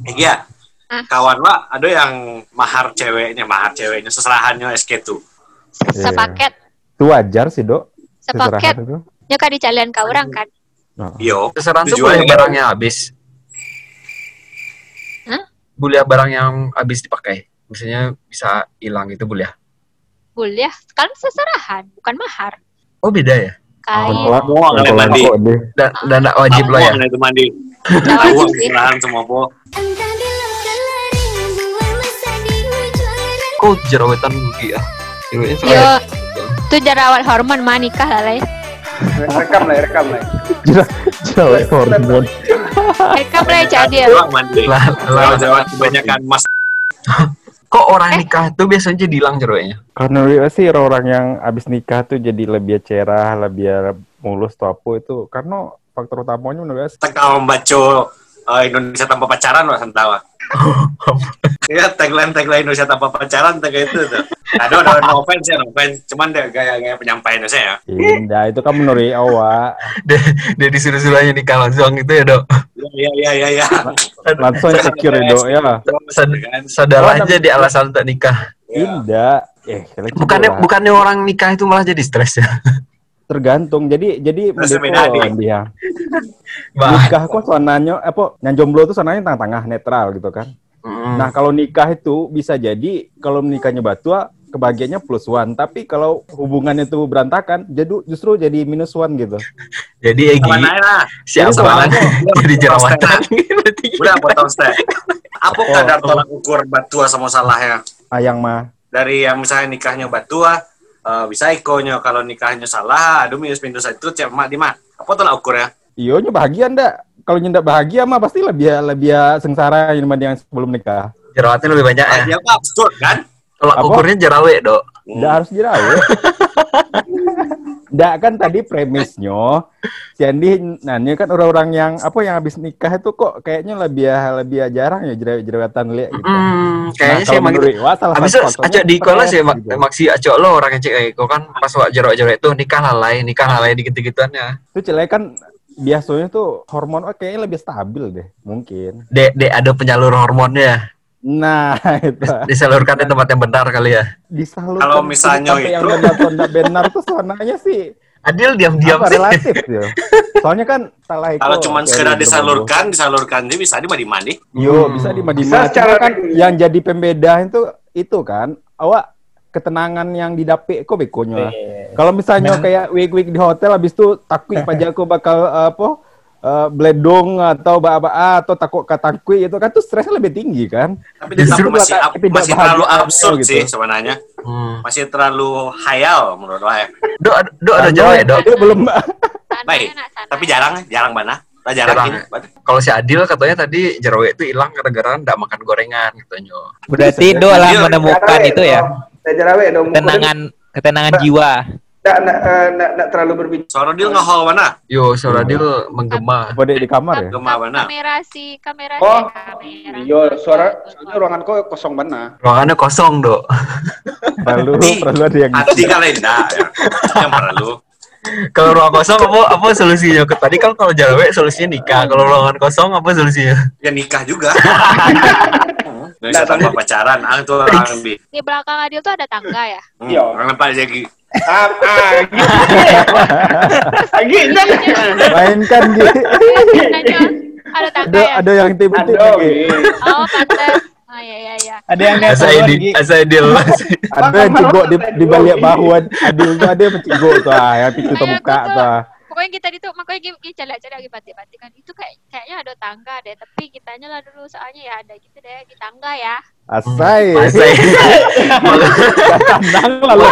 Iya, kawan wa ada yang mahar ceweknya seserahannya SK2. Sepaket. Itu wajar sih, Dok. Sepaket. Itu. Ya kan dicalian ke orang kan. Yo, Seserahan tuh boleh barangnya habis. Boleh barang yang habis dipakai. Misalnya bisa hilang itu boleh. Boleh. Kan seserahan, bukan mahar. Oh, beda ya? Kain. Kalau mandi. Dan enggak wajib lah ya. Itu mandi. Wajib sih. Seserahan semua po. Kok jerawatan rugi ya? Yo, itu jerawat hormon mah nikah lah leh. Rekam lah. Jerawat hormon. Rekam lah Cadil. Mandi. Jerawat kebanyakan mas. Kok orang nikah tuh biasanya jadi hilang jerawatnya? Karena sih orang yang abis nikah tuh jadi lebih cerah, lebih mulus tuh apa itu. Karena faktor utamanya menurut saya Tengah membaca Indonesia tanpa pacaran lah sentawa. Iya, tagline Indonesia tanpa pacaran kayak itu tuh. Ada no offense, cuman deh gaya penyampaian saya. Indah itu kan menurut awak. Dia disuruh-suruh aja nikah langsung gitu ya, Dok. Iya. Langsung insecure Dok ya. Sadar aja di alasan untuk nikah. Indah. Bukannya orang nikah itu malah jadi stres ya. Tergantung. Jadi dia. Bah. Nikah kok sonanya yang jomblo tuh sonanya tengah-tengah netral gitu kan. Nah, kalau nikah itu bisa jadi kalau nikahnya batua kebahagiaannya plus one, tapi kalau hubungannya itu berantakan justru jadi minus one gitu. Jadi siapa jadi jerawatan. Udah potong step. Apa kadar tolak ukur batua sama salahnya? Yang mah dari yang misalnya nikahnya batua bisa ikonya, kalau nikahnya salah aduh minus itu cuma di mah apa tolak ukurnya? Iyonya bahagia ndak? Kalau ndak bahagia mah pasti lebih sengsara dibanding yang sebelum nikah. Jerawatnya lebih banyak ya. Dia absurd kan? Tolak ukurnya jerawat, Dok. Ndak harus jerawat. Ndak kan tadi premisnya si Andi nanya kan orang-orang yang habis nikah itu kok kayaknya lebih jarang ya jerawatan liat gitu. Kayaknya sih emang gitu. Habis aja di kelas ya maksi aja lo orang yang cek kok kan pas jerawat itu nikah lalai gitu-gituannya. Itu celai kan biasanya tuh hormon kayaknya lebih stabil deh mungkin. Dek ada penyalur hormonnya. Nah, itu. Disalurkan di tempat yang benar kali ya. Disalurkan. Kalau misalnya itu yang benar tuh sonanya sih. Adil diam-diam sih. Relatif ya. Soalnya kan salah itu. Kalau cuma sekedar disalurkan dia bisa dimandi. Yo, bisa dimandi. Cuma kan yang jadi pembeda itu kan awak ketenangan yang didapet kok bekonya. Kalau misalnya kayak week di hotel habis itu takut pajak aku bakal bledong atau atau takut katakui itu kan tuh stresnya lebih tinggi kan. Tapi masih terlalu absurd gitu sih sebenarnya. Masih terlalu hayal menurut saya. Dok ada jerawat, Dok. Belum. Baik. Tapi jarang banget. Jarang ini. Kalau si Adil katanya tadi jerawat itu hilang gara-gara enggak makan gorengan katanya. Berarti Dok lah menemukan itu ya. Ketenangan jiwa. Nggak terlalu berbicara. Suara Dil ngehol mana? Yo, suara Dil menggema. Apa di kamar ya? Gema mana? Kamera. Iya, soalnya ruangan kau kosong mana? Ruangannya kosong, Dok. Perlu ada yang hati kalenda ya. Yang perlu. Kalau ruang kosong apa solusinya? Tadi kan kalau jerawat solusinya nikah. Kalau ruangan kosong apa solusinya? Ya nikah juga. Nggak tanpa pacaran, itu orang lebih. Di belakang Adil tuh ada tangga ya? Iya. Kenapa jadi? mainkan gitu. Ada tangga ya? Ada yang tim-tim lagi. Oh, pantas. Oh iya. Ada yang Asaidil. Ada yang cigok di balik bahu Adil tuh ada yang cigok tuh yang pintu terbuka tuh. Pokoknya kita itu makanya cari lagi pati kan itu kayaknya ada tangga deh, tapi kitanya lah dulu soalnya ya ada gitu deh di tangga ya. Asai. Kandang lalu.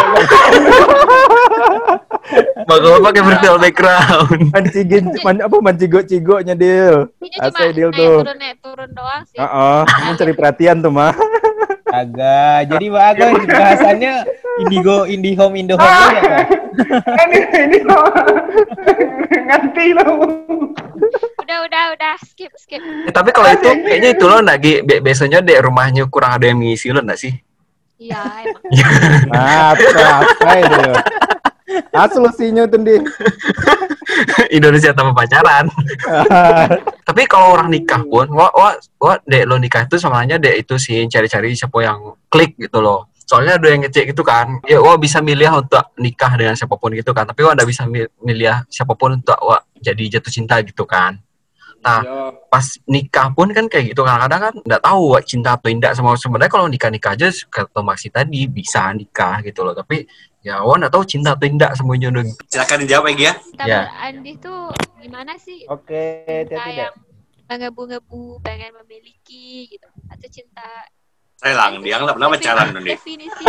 Bagus pakai virtual background. Mancigok-cigoknya Dil. Asai Dil tuh. Naik turun doang sih. Mencari perhatian tuh mah. Agak. Jadi bagus bahasannya Indihome ya kan? Ini nganti lo. Udah skip. Tapi kalau itu kayaknya itu lo lagi biasanya di rumahnya kurang ada yang ngisi lo enggak sih? Iya emang. Nah, apa itu? Solusinya tuh di Indonesia tanpa pacaran. Tapi kalau orang nikah pun, dek lo nikah itu sebenarnya dek itu sih cari-cari siapa yang klik gitu loh. Soalnya ada yang ngecek gitu kan, ya bisa milih untuk nikah dengan siapapun gitu kan, tapi nggak bisa milih siapapun untuk jadi jatuh cinta gitu kan. Nah, pas nikah pun kan kayak gitu, kadang-kadang kan nggak tahu cinta atau tidak sama. Sebenarnya kalau nikah tadi kata Maxi tadi bisa nikah gitu loh, tapi ya nggak tahu cinta atau tidak semuanya udah. Silakan dijawab ya. Ya. Andi tuh gimana sih? Oke, cinta yang mengebu-ngebu, pengen memiliki gitu, atau cinta? Lang, dia nggak pernah pacaran nih. Definisi.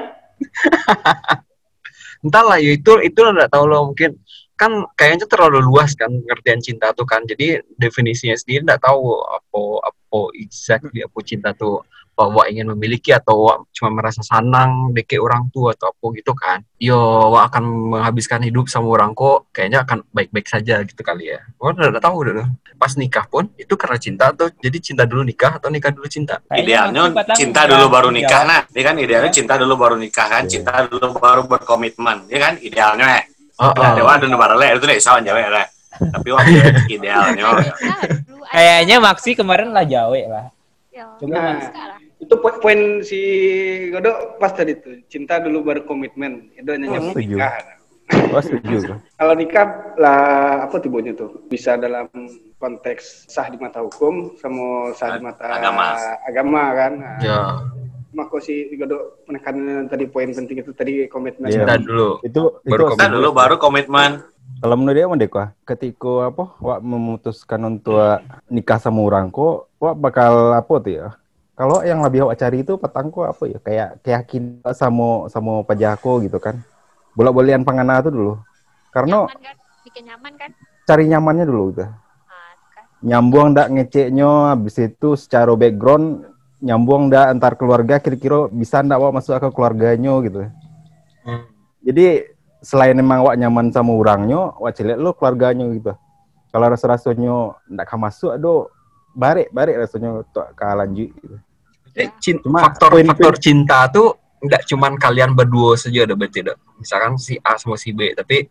Entahlah, ya itu nggak tahu loh, mungkin kan kayaknya terlalu luas kan pengertian cinta tuh kan, jadi definisinya sendiri nggak tahu apa exactly apa cinta tuh, bahwa ingin memiliki atau cuma merasa senang deket orang tua atau apa gitu kan. Akan menghabiskan hidup sama orang kok kayaknya akan baik-baik saja gitu kali ya. Udah tahu udah. Pas nikah pun itu karena cinta atau jadi cinta dulu nikah atau nikah dulu cinta. Idealnya cinta dulu baru nikah. Nah, ini kan idealnya cinta dulu baru nikah kan, cinta dulu baru berkomitmen, ya kan idealnya. Dewa dan barale itu deh sawan Jawa lah. Tapi waktu idealnya. Kayaknya Maxi kemarin lah Jawa lah. Coba itu poin si Godo pas tadi tuh, cinta dulu baru komitmen. Itu hanya nikah. Setuju. Kalau nikah lah apa tibonya tuh? Bisa dalam konteks sah di mata hukum sama sah di mata agama kan. Ya. Maka si Godo menekan tadi poin penting itu tadi komitmen. Cinta dulu. Itu cinta dulu baru komitmen. Kalau menurut dia Mendekwa, ketika memutuskan untuk nikah sama orang kok, bakal apa tuh ya? Kalau yang lebih awak cari itu petangku apa ya? Kayak keyakinan sama pajako gitu kan. Bolak-balian pangana itu dulu. Karena nyaman kan? Bikin nyaman kan? Cari nyamannya dulu udah. Nyambung ndak ngeceknya, habis itu secara background nyambung ndak antar keluarga, kira-kira bisa ndak masuk ke keluarganya gitu. Jadi selain emang nyaman sama orangnya, celiat lo keluarganya gitu. Kalau rasa-rasanya ndak masuk, barek rasanya untuk lanjut gitu. Faktor cinta tuh nggak cuman kalian berdua saja ada berarti ada. Misalkan si A sama si B, tapi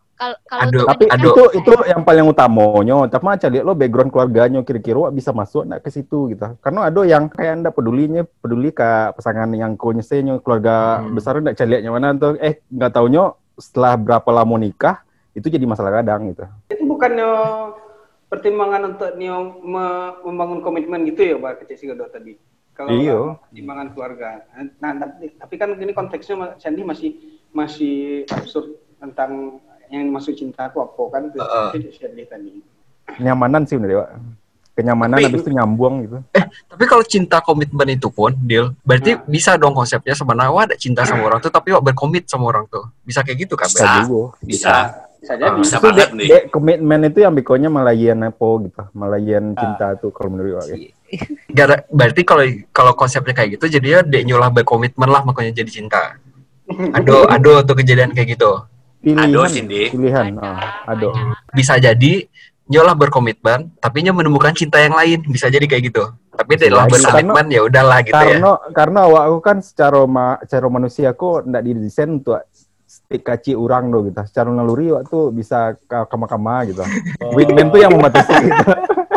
itu yang paling utamanya. Tapi macam lihat lo background keluarganya kira-kira bisa masuk nggak ke situ gitu. Karena ada yang kayak anda peduli ke pasangan yang konyesnya keluarga besar nggak celiatnya mana tuh nggak taunya setelah berapa lama nikah itu jadi masalah kadang gitu. Itu bukannya pertimbangan untuk membangun komitmen gitu ya Pak Kecil Sigodo tadi. Kalau pertimbangan keluarga. Nah, tapi kan ini konteksnya Sandy masih absurd tentang yang masuk cinta aku apa kan itu Sandy tadi. Nyamanan sih bener Pak. Kenyamanan habis itu nyambung gitu. Tapi kalau cinta komitmen itu pun, Dil, berarti bisa dong konsepnya sebenarnya ada cinta sama orang tuh, tapi berkomit sama orang tuh. Bisa kayak gitu kan? Bisa banget nih. Komitmen itu yang bikonya Malayan apa gitu. Malayan cinta tuh kalau menurut aku. Berarti kalau konsepnya kayak gitu, jadinya dek nyolah berkomitmen lah makanya jadi cinta. Ado tuh kejadian kayak gitu. Pilihan. Bisa jadi nyolah berkomitmen, tapi menemukan cinta yang lain, bisa jadi kayak gitu. Tapi dalam berkomitmen ya udahlah gitu karena aku kan secara manusia aku ndak didesain untuk stick kaci orang do gitu. Secara naluri waktu bisa kama-kama gitu. Wingman tuh yang membatasi gitu.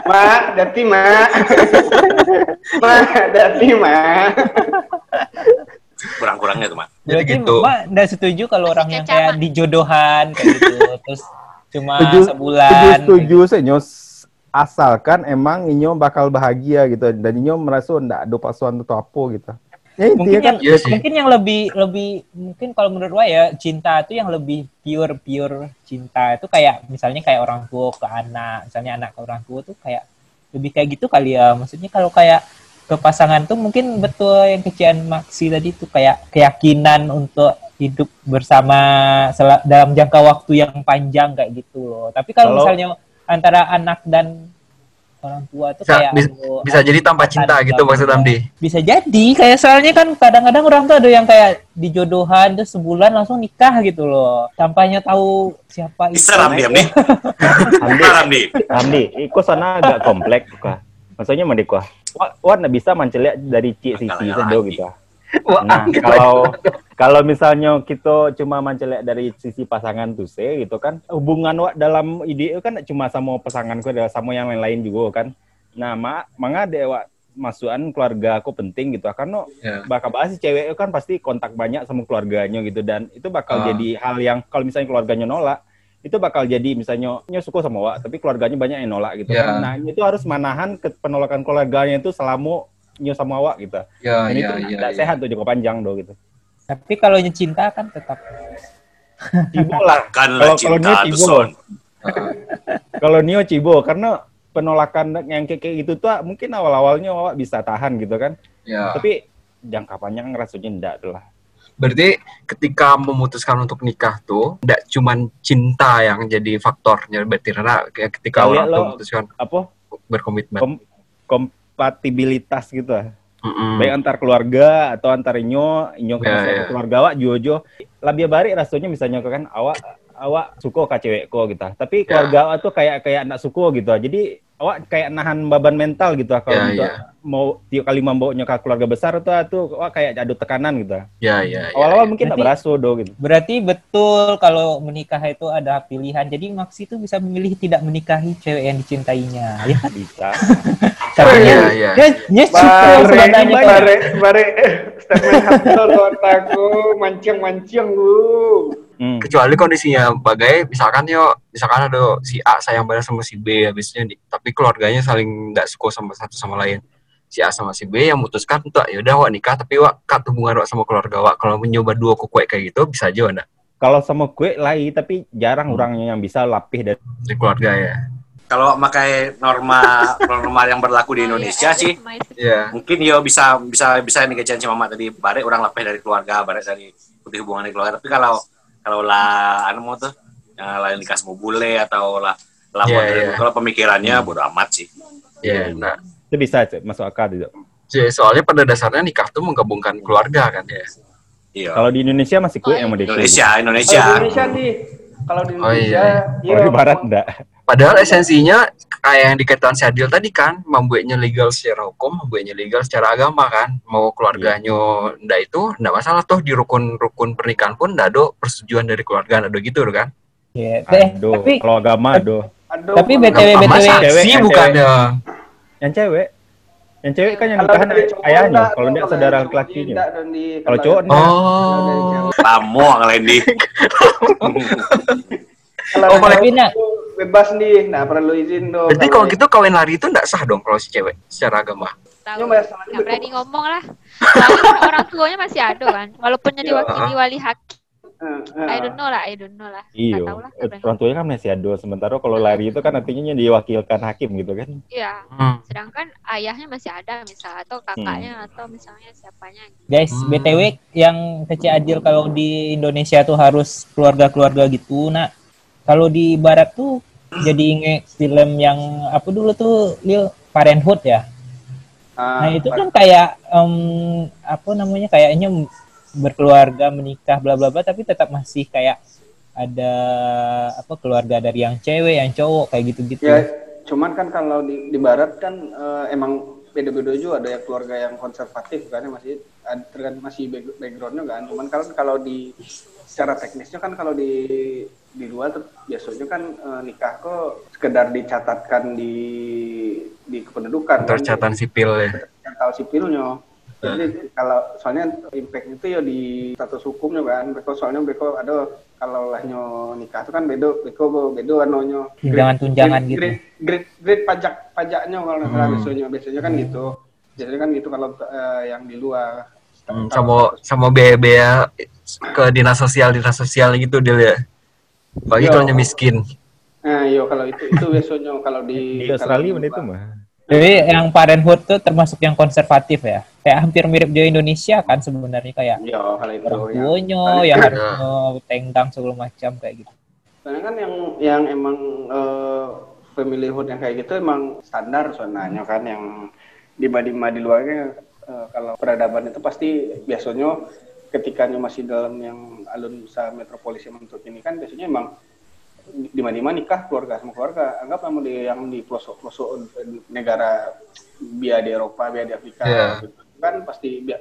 Kurang-kurangnya tuh, Mak. Jadi gitu. Mak ndak setuju kalau orang yang kayak dijodohan kayak gitu, terus cuma sebulan. Setuju senyos asalkan emang inyo bakal bahagia gitu dan inyo merasa ndak ada pasuan atau apa gitu. Ya, mungkin yang lebih mungkin kalau menurut gua ya cinta itu yang lebih pure cinta itu kayak misalnya kayak orang tua ke anak, misalnya anak ke orang tua tuh kayak lebih kayak gitu kali ya. Maksudnya kalau kayak ke pasangan tuh mungkin betul yang kecian Maxi tadi tuh kayak keyakinan untuk hidup bersama dalam jangka waktu yang panjang kayak gitu loh. Tapi kalau misalnya antara anak dan orang tua tuh kayak bisa jadi tanpa cinta gitu maksud Amdi. Bisa jadi kayak soalnya kan kadang-kadang orang tuh ada yang kayak dijodohan terus sebulan langsung nikah gitu loh. Tampaknya tahu siapa itu. Bisa Amdi, ikut sana agak kompleks kah. Maksudnya Mendekwa. Wah, bisa menceliak dari sisi sedo gitu. Nah, kalau misalnya kita cuma mencelek dari sisi pasangan tuh gitu kan, hubungan dalam ide itu kan cuma sama pasanganku, ada sama yang lain-lain juga kan. Nah, manga ada masukan keluarga aku penting gitu, karena bakal bahas si cewek itu kan pasti kontak banyak sama keluarganya gitu, dan itu bakal jadi hal yang kalau misalnya keluarganya nolak, itu bakal jadi misalnya suka sama Wak, tapi keluarganya banyak yang nolak gitu kan. Nah, itu harus menahan penolakan keluarganya itu selama sama Wak gitu. Dan itu tidak sehat tuh jangka panjang do gitu. Tapi kalau cinta kan tetap cibo lah. Kalau Nio cibo. Kalau Nio cibo karena penolakan yang kayak gitu tuh mungkin awal-awalnya Wak bisa tahan gitu kan. Tapi jangka panjang rasanya enggak lah. Berarti ketika memutuskan untuk nikah tuh enggak cuman cinta yang jadi faktornya, berarti karena ketika orang tuh memutuskan berkomitmen. Kompatibilitas gitu lah. Baik antar keluarga atau antar inyo keluarga awak jojo lebih baik rasanya misalnya kan awak suka ke cewekku gitu, tapi keluarga awak tuh kayak anak suku gitu, jadi awak kayak nahan beban mental gitu kalau mau tiap kali membawanya ke keluarga besar tuh awak kayak ada tekanan gitu. Awal-awal mungkin tak berasa gitu. Berarti betul kalau menikah itu ada pilihan, jadi Maksi itu bisa memilih tidak menikahi cewek yang dicintainya, ya kan? Bisa. Caranya, bare statement hatol otakku mancing lu. Kecuali kondisinya bagai misalkan ada si A sayang banget sama si B habisnya tapi keluarganya saling nggak suka sama satu sama lain. Si A sama si B yang memutuskan untuk ya udah Wak nikah, tapi Wak kat hubungan Wak sama keluarga Wak. Kalau mencoba dua kue kayak gitu bisa aja Wak. Kalau sama kue lain, tapi jarang orangnya yang bisa lapih dari keluarga ya. Kalau pakai norma yang berlaku di Indonesia sih, mungkin bisa nih kecian si Mama tadi, bare orang lapeh dari keluarga, bare dari putih hubungan dari keluarga. Tapi kalau lah mau tuh yang lain dikasih mau bule atau lah kalau pemikirannya bodo amat sih. Nah itu bisa masuk akal itu. Soalnya pada dasarnya nikah tuh menggabungkan keluarga kan ya. Iya. Kalau di Indonesia masih kue yang mau Indonesia. Kalau di Indonesia, kalau di Barat enggak. Padahal esensinya kayak yang dikatakan si Adil tadi kan, membuatnya legal secara hukum, membuatnya legal secara agama kan. Mau keluarganya ndak itu ndak masalah toh, di rukun pernikahan pun ndak ada persetujuan dari keluarga, ndak ada gitu kan. Tapi kalau agama Tapi BTW saksi bukannya. Yang cewek kan yang nikahan ayahnya, kalau enggak saudara laki-lakinya. Kalau cowok Lamo ngelendi. Kalau bebas nih, nah perlu izin dong. Berarti kalau gitu kawin lari itu nggak sah dong kalau si cewek secara agama? Nggak berani ngomong lah. Soalnya orang tuanya masih ada kan, walaupun jadi wakili wali hakim. I don't know lah. Iya. Orang tuanya kan masih ada. Sementara kalau lari itu kan artinya diwakilkan hakim gitu kan? Iya. Sedangkan ayahnya masih ada misal, atau kakaknya atau misalnya siapanya. Guys, BTW yang kecil Adil kalau di Indonesia tuh harus keluarga-keluarga gitu. Nah, kalau di Barat tuh jadi inget film yang apa dulu tuh Lil Parenthood ya. Nah itu kan kayak kayaknya berkeluarga, menikah, bla bla bla, tapi tetap masih kayak ada keluarga dari yang cewek, yang cowok kayak gitu-gitu. Ya, cuman kan kalau di Barat kan emang beda-beda juga, ada yang keluarga yang konservatif kan, masih backgroundnya kan. Cuman kalau di secara teknisnya kan kalau di luar tuh biasanya kan nikah kok sekedar dicatatkan di kependudukan. Catatan sipil ya. Catatan sipilnya. Jadi kalau soalnya impact itu ya di status hukumnya kan. Mereka ada kalau lahnya nikah itu kan beda anonya. Tunjangan gitu. Grade pajaknya kalau biasanya kan gitu. Biasanya kan gitu kalau yang di luar. Sama biaya ke dinas sosial gitu dia ya. Bagi kalau miskin. Nah, iya kalau itu biasanya kalau di Australia itu mah. Jadi yang Parenthood tuh termasuk yang konservatif ya. Kayak hampir mirip di Indonesia kan sebenarnya kayak. Iya, kalau itu orang tuanya yang harus tenggang segala macam kayak gitu. Soalnya kan yang emang familyhood yang kayak gitu emang standar soalnya kan, yang di luarnya kalau peradaban itu pasti biasanya ketikanya masih dalam yang alun usaha metropolis yang untuk ini kan biasanya emang di mana nikah keluarga sama keluarga, anggap namun yang di pelosok negara biar di Eropa, biar di Afrika gitu kan pasti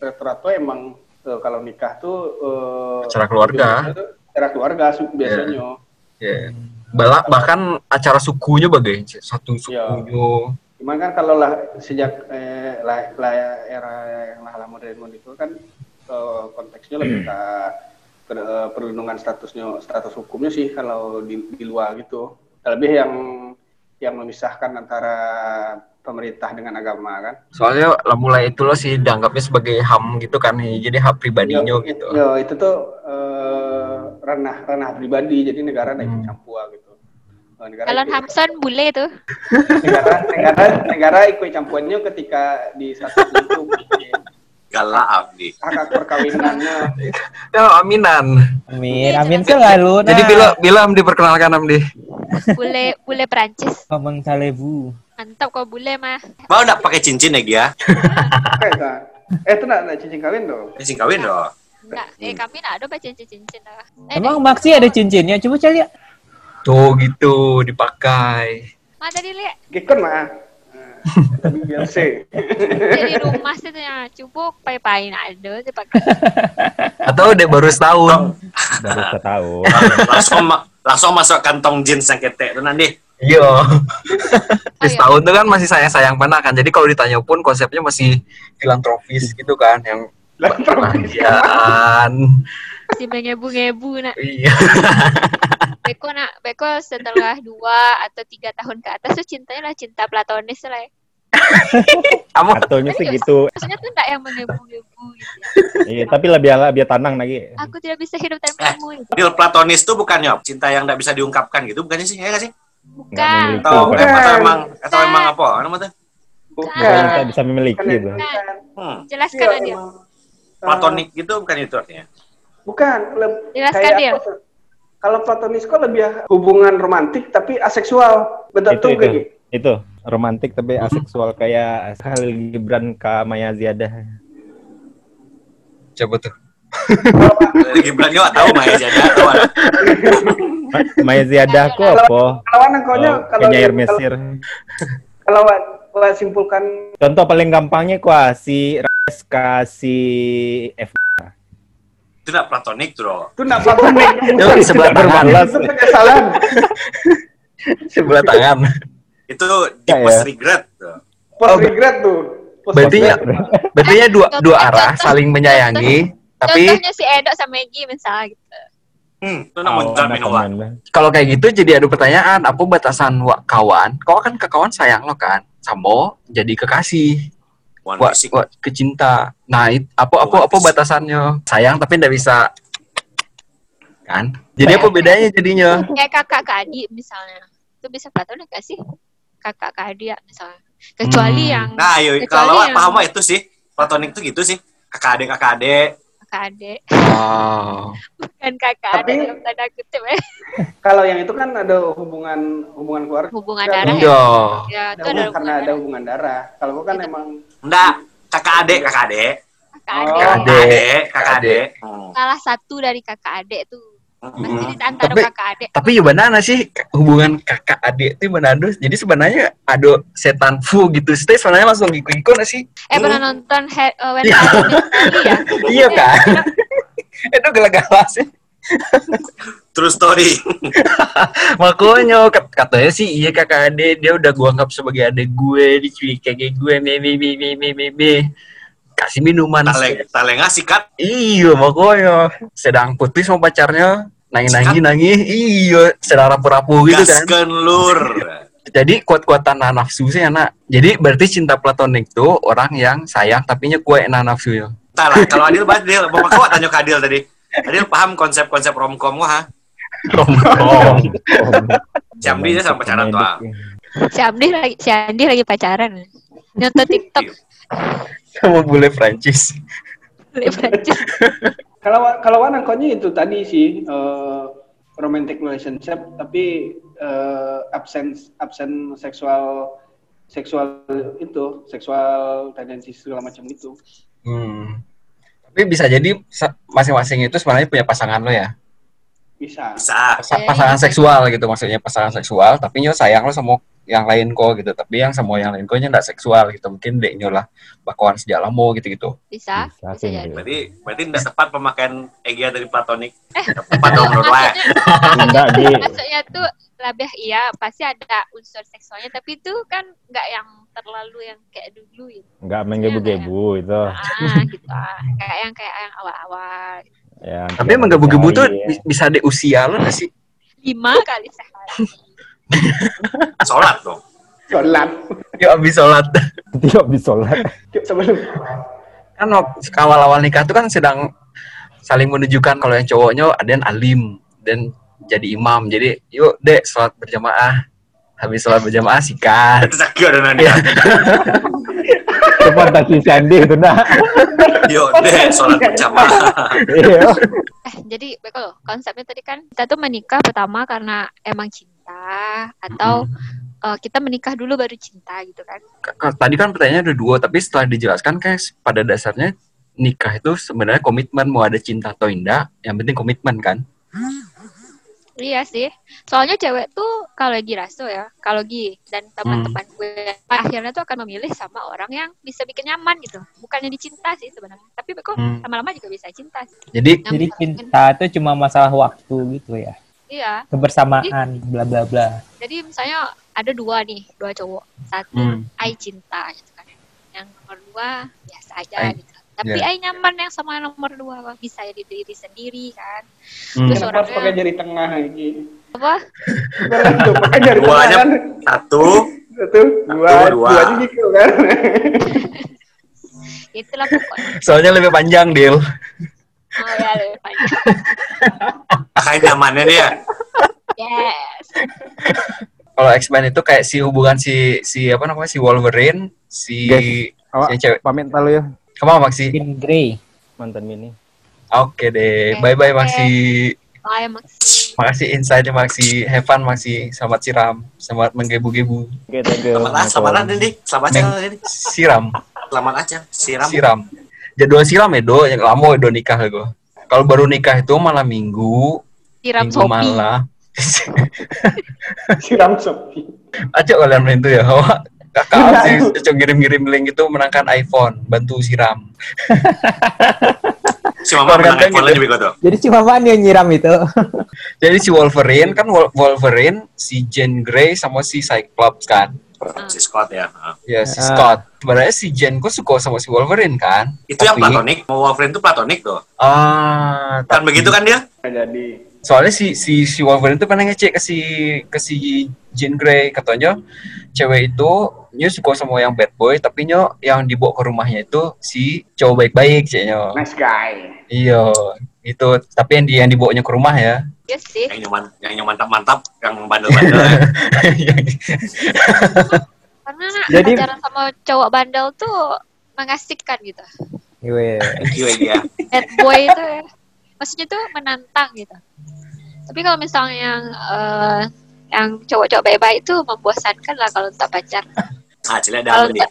rata-rata emang kalau nikah tuh acara keluarga. Acara keluarga biasanya. Yeah. Bahkan acara sukunya bagai satu sukunya. Cuman kan kalau sejak era yang modern itu kan konteksnya lebih ke perlindungan status hukumnya sih kalau di luar gitu. Lebih yang memisahkan antara pemerintah dengan agama kan. Soalnya mulai itu loh sih dianggapnya sebagai HAM gitu kan, jadi hak pribadinya gitu. Itu tuh ranah pribadi, jadi negara tidak ikut campur gitu. Calon Hamson bule tuh. negara ikut campurnya ketika di satu itu galak Abdi. Hak perkawinannya. Aminan. Amin selalu. Jadi bila diperkenalkan Amdi. Bule Perancis. Ngomong Talebu. Mantap kok bule mah. Mau enggak pakai cincin ya Gia? Itu enggak cincin kawin dong. Cincin kawin dong. Enggak, kami enggak ada cincin lah. Emang Maxi ada cincinnya? Coba cari lihat. Tuh gitu dipakai. Tadi lihat. Gekon mah. Biasa. Jadi rumah sih tuh cubuk pai-pai ada dipakai. Atau udah baru setahun. Baru setahun. Langsung masuk kantong jeans yang ketek tuh nanti. Iya. Setahun tuh kan masih sayang mana kan. Jadi kalau ditanya pun konsepnya masih filantropis gitu kan, yang bahagiaan. Masih mengebu-ngebu nak. Iya. Beko setelah 2 atau 3 tahun ke atas tuh cintanya lah cinta platonis lah. Atonya sih gitu. Maksudnya tuh enggak yang mengebu-ngebu gitu. Iya, tapi lebih tenang lagi. Aku tidak bisa hidup tanpa kamu. Deal platonis tuh bukannya cinta yang enggak bisa diungkapkan gitu, bukannya sih? Ya enggak sih? Bukan. Atau emang apa namanya? Bukan. Kita bisa memiliki gitu. Jelaskan dia. Platonik gitu bukan itu artinya? Bukan. Jelaskan dia. Kalau platonis kok lebih hubungan romantik tapi aseksual. Betul tuh kayak gitu. Itu romantik tapi aseksual kayak Khalil Gibran ke Maya Ziadah. Coba tuh. Gibran juga tahu Maya Ziadah. Maya Ziadah kok apa? Kalau penyair Mesir. Kalau simpulkan contoh paling gampangnya si Res kasih F. Itu enggak platonik tuh. Itu enggak platonik. Itu di sebelah tangan. Itu penyesalan. Sebelah tangan. Itu di post regret tuh. Post regret tuh. Berarti dua arah saling menyayangi, tapi contohnya si Edo sama Egi misalnya gitu. Itu namun minum. Kalau kayak gitu jadi ada pertanyaan, apa batasan kawan? Kau kan ke kawan sayang lo kan, sambo jadi kekasih. Kecinta. Nah, apa batasannya? Sayang tapi enggak bisa. Kan? Jadi apa bedanya jadinya? Kayak kakak ke adik misalnya. Itu bisa platonik gak sih? Kakak ke adik misalnya. Kecuali yang kalau paham itu sih. Platonik itu gitu sih. Kakak adik. Kakak adik. Oh. Bukan kakak adik dalam tanda kutip ya. Kalau yang itu kan ada hubungan keluarga. Hubungan darah ya. Itu ada karena ada hubungan darah. Kalau kan emang enggak, kakak adik. Kakak adik. Salah satu dari kakak adik tuh. Pasti di antara kakak adik. Tapi gimana sih hubungan kakak adik itu gimana? Jadi sebenarnya ada setan fu gitu. Stay sebenarnya langsung ngikut nggak sih? Pernah nonton When Harry ya? Iya kan? Itu gila-gila sih. True story. Makanya katanya sih iya kakak adik, dia udah gua anggap sebagai adik gue, diculik kayak gue, kasih minuman. Tale ngasih kan? Iya makanya sedang putus sama pacarnya, nangis. Iya sedang rapu-rapu gitu kan. Gaskeun lur. Jadi kuat-kuatan nafsu sih anak. Jadi berarti cinta platonik tuh orang yang sayang tapinya kuat nafsu ya. Entar lah, kalau Adil bapak kau tanya ke Adil tadi. Adil paham konsep-konsep romcom wah? Romcom. Jamdi dia sama pacaran tuh. Si Andi lagi pacaran. Nonton TikTok. Sama bule Prancis. Kalau wanangkonya itu tadi sih romantic relationship tapi absen seksual tendensi segala macam itu. Tapi bisa jadi masing-masing itu sebenarnya punya pasangan lo ya. Bisa. Pasangan seksual gitu, maksudnya pasangan seksual, tapi nyo sayang lo sama yang lain kok gitu, tapi yang sama yang lain kok nyo nggak seksual gitu, mungkin dek nyo lah bakawan sejak lama gitu. Bisa jadi. Berarti tidak tepat pemakaian Ega dari platonik. Tepat dong menurut saya. Enggak, Gi. Maksudnya tuh lebih iya pasti ada unsur seksualnya, tapi itu kan nggak yang terlalu yang kayak dulu gitu. Enggak menggebu-gebu itu. Gitu kayak yang awal-awal. Ya, tapi menggebu-gebu tuh bisa di usia lo nggak sih? 5 kali sehari. Sholat dong. Sholat. Yuk abis sholat. Tidak bisa sholat. Sebelum Kan awal-awal nikah tuh kan sedang saling menunjukkan kalau yang cowoknya ada yang alim dan jadi imam. Jadi yuk dek sholat berjamaah. Habis sholat berjamaah sikat. Sakit ada nanti. Cepat kasih Sandy itu nah. Yuk deh sholat berjamaah. Iya. Jadi betul konsepnya tadi kan kita tuh menikah pertama karena emang cinta atau kita menikah dulu baru cinta gitu kan. Tadi kan pertanyaannya ada 2, tapi setelah dijelaskan kayak pada dasarnya nikah itu sebenarnya komitmen, mau ada cinta atau enggak, yang penting komitmen kan. Iya sih, soalnya cewek tuh kalau lagi raso ya, kalau Gi dan teman-teman gue akhirnya tuh akan memilih sama orang yang bisa bikin nyaman gitu, bukannya dicinta sih sebenarnya, tapi kok lama-lama juga bisa cinta sih. Jadi cinta itu cuma masalah waktu gitu ya? Iya. Kebersamaan, bla bla bla. Jadi misalnya ada 2 cowok, satu ai cinta gitu kan, yang nomor 2 biasa aja gitu. Tapi ai nyaman yang sama nomor 2, bisa jadi diri sendiri kan. Terus harus pakai jari tengah lagi. Apa? Pakai jari tengah kan. Satu, dua aja gitu kan. Itulah pokoknya. Soalnya lebih panjang, Dil. Oh ya, lebih panjang. Kayak nyamannya dia. Yes. Kalau X-Men itu kayak si hubungan si apa namanya, si Wolverine, si cewek. Pamit lalu ya. Kamu Maxi? Jean Grey. Mantan Mini. Oke deh. Bye-bye Maxi. Bye Maxi. Makasih insight-nya Maxi. Have fun Maxi. Selamat siram. Selamat menggebu-gebu. Oke, thank you. Selamat nanti. Selamat aja nanti. Siram. Selamat aja. Siram. Jadwal siram ya, Do. Yang lama ya, Do, nikah ya, gue. Kalau baru nikah itu malam minggu. Siram minggu malam. Siram Shopee. Acok kalian main itu ya. Kakak sih cocok ngirim-ngirim link itu menangkan iPhone, bantu siram. Si Mama menang iPhone lagi begitu. Jadi si Mama yang nyiram itu. Jadi si Wolverine kan Wolverine, si Jean Grey sama si Cyclops kan. Si Scott ya. Ya si Scott. Sebenarnya si Jean kok suka sama si Wolverine kan. Itu yang platonik. Mau Wolverine itu platonik tuh. Kan begitu kan dia? Jadi. Soalnya si Wolverine itu pernah ngecek ke si Jean Grey, katanya cewek itu nyo suka sama yang bad boy, tapi nyo yang dibawa ke rumahnya itu si cowok baik-baik ceknya. Nice guy. Iya, itu. Tapi yang dibawanya ke rumah ya. Iya sih. Yang mantap-mantap, yang bandel-bandel. Karena pacaran sama cowok bandel tuh mengasihkan gitu. Iya. Bad boy itu ya. Maksudnya tuh menantang gitu. Tapi kalau misalnya yang cowok-cowok baik-baik itu membosankan lah kalau untuk pacar. Hasilnya ada nih.